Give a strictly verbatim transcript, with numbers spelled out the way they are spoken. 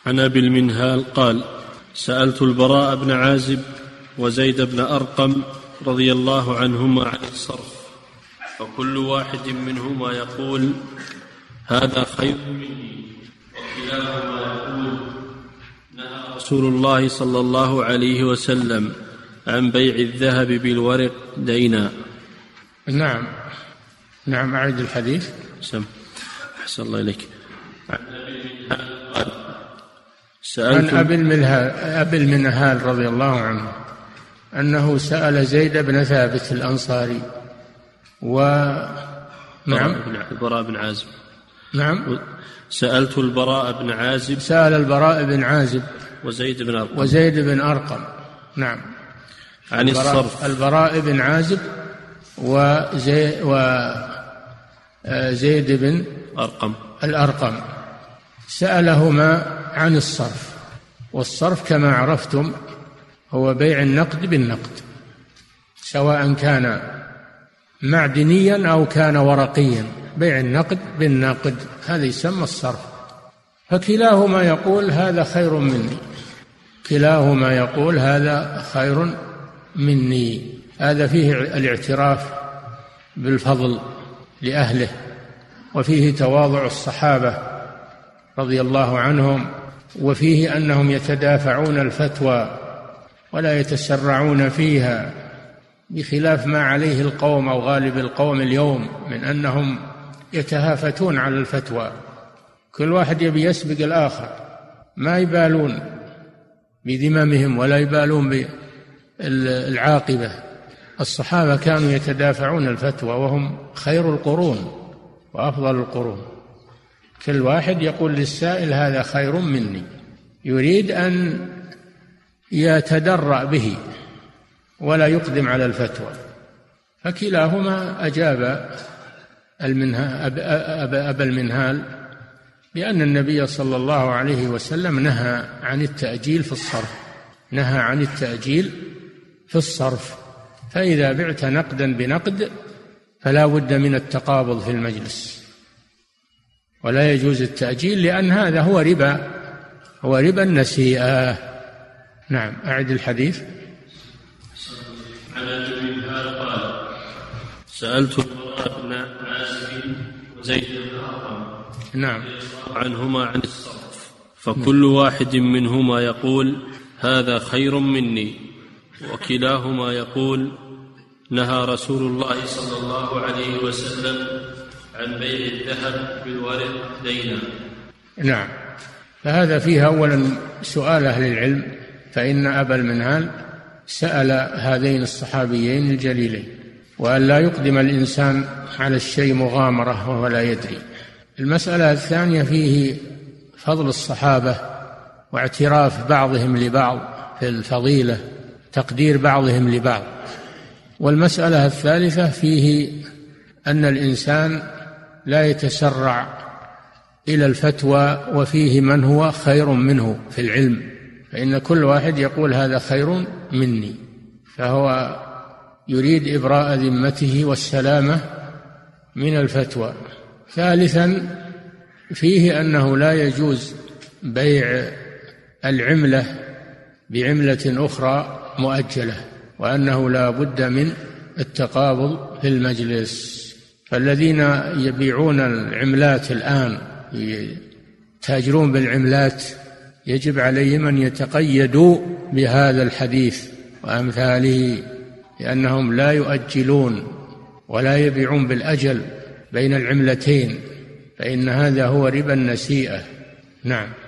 عن أبي المنهال قال: سألت البراء بن عازب وزيد بن أرقم رضي الله عنهما عن الصرف، فكل واحد منهما يقول: هذا خير مني، وكلاهما يقول: نهى رسول الله صلى الله عليه وسلم عن بيع الذهب بالورق دينا. نعم نعم أعد الحديث. سم أحسن الله إليك. عن أبي المنهال أبي المنهال رضي الله عنه أنه سأل زيد بن ثابت الأنصاري و نعم البراء بن عازب. نعم سألت البراء بن عازب سأل البراء بن عازب وزيد بن أرقم وزيد بن أرقم نعم عن البراء الصرف. البراء بن عازب وزي وزيد بن أرقم الأرقم سألهما عن الصرف. والصرف كما عرفتم هو بيع النقد بالنقد، سواء كان معدنيا أو كان ورقيا. بيع النقد بالنقد هذا يسمى الصرف. فكلاهما يقول: هذا خير مني، كلاهما يقول: هذا خير مني. هذا فيه الاعتراف بالفضل لأهله، وفيه تواضع الصحابة رضي الله عنهم، وفيه أنهم يتدافعون الفتوى ولا يتسرعون فيها، بخلاف ما عليه القوم أو غالب القوم اليوم من أنهم يتهافتون على الفتوى. كل واحد يبي يسبق الآخر، ما يبالون بذممهم ولا يبالون بالعاقبة. الصحابة كانوا يتدافعون الفتوى وهم خير القرون وأفضل القرون. كل واحد يقول للسائل: هذا خير مني، يريد أن يتدرأ به ولا يقدم على الفتوى. فكلاهما أجاب أبا المنهال بأن النبي صلى الله عليه وسلم نهى عن التأجيل في الصرف، نهى عن التأجيل في الصرف. فإذا بعت نقدا بنقد فلا بد من التقابض في المجلس، ولا يجوز التأجيل، لأن هذا هو ربا، هو ربا النسيئة. نعم أعد الحديث. عن أبي المنهال قال: سألت البراء بن عازب وزيد بن أرقم نعم عنهما عن الصرف، فكل واحد منهما يقول: هذا خير مني، وكلاهما يقول: نهى رسول الله صلى الله عليه وسلم عن بيع الذهب بالورق دينا. نعم. فهذا فيها أولا سؤال أهل العلم، فإن أبا المنهال سأل هذين الصحابيين الجليلين، وأن لا يقدم الإنسان على الشيء مغامرة وهو لا يدري. المسألة الثانية فيه فضل الصحابة واعتراف بعضهم لبعض في الفضيلة، تقدير بعضهم لبعض. والمسألة الثالثة فيه أن الإنسان لا يتسرع إلى الفتوى، وفيه من هو خير منه في العلم، فإن كل واحد يقول: هذا خير مني، فهو يريد إبراء ذمته والسلامة من الفتوى. ثالثا فيه أنه لا يجوز بيع العملة بعملة أخرى مؤجلة، وأنه لا بد من التقابض في المجلس. فالذين يبيعون العملات الآن يتاجرون بالعملات يجب عليهم أن يتقيدوا بهذا الحديث وأمثاله، لأنهم لا يؤجلون ولا يبيعون بالأجل بين العملتين، فإن هذا هو ربا النسيئة. نعم.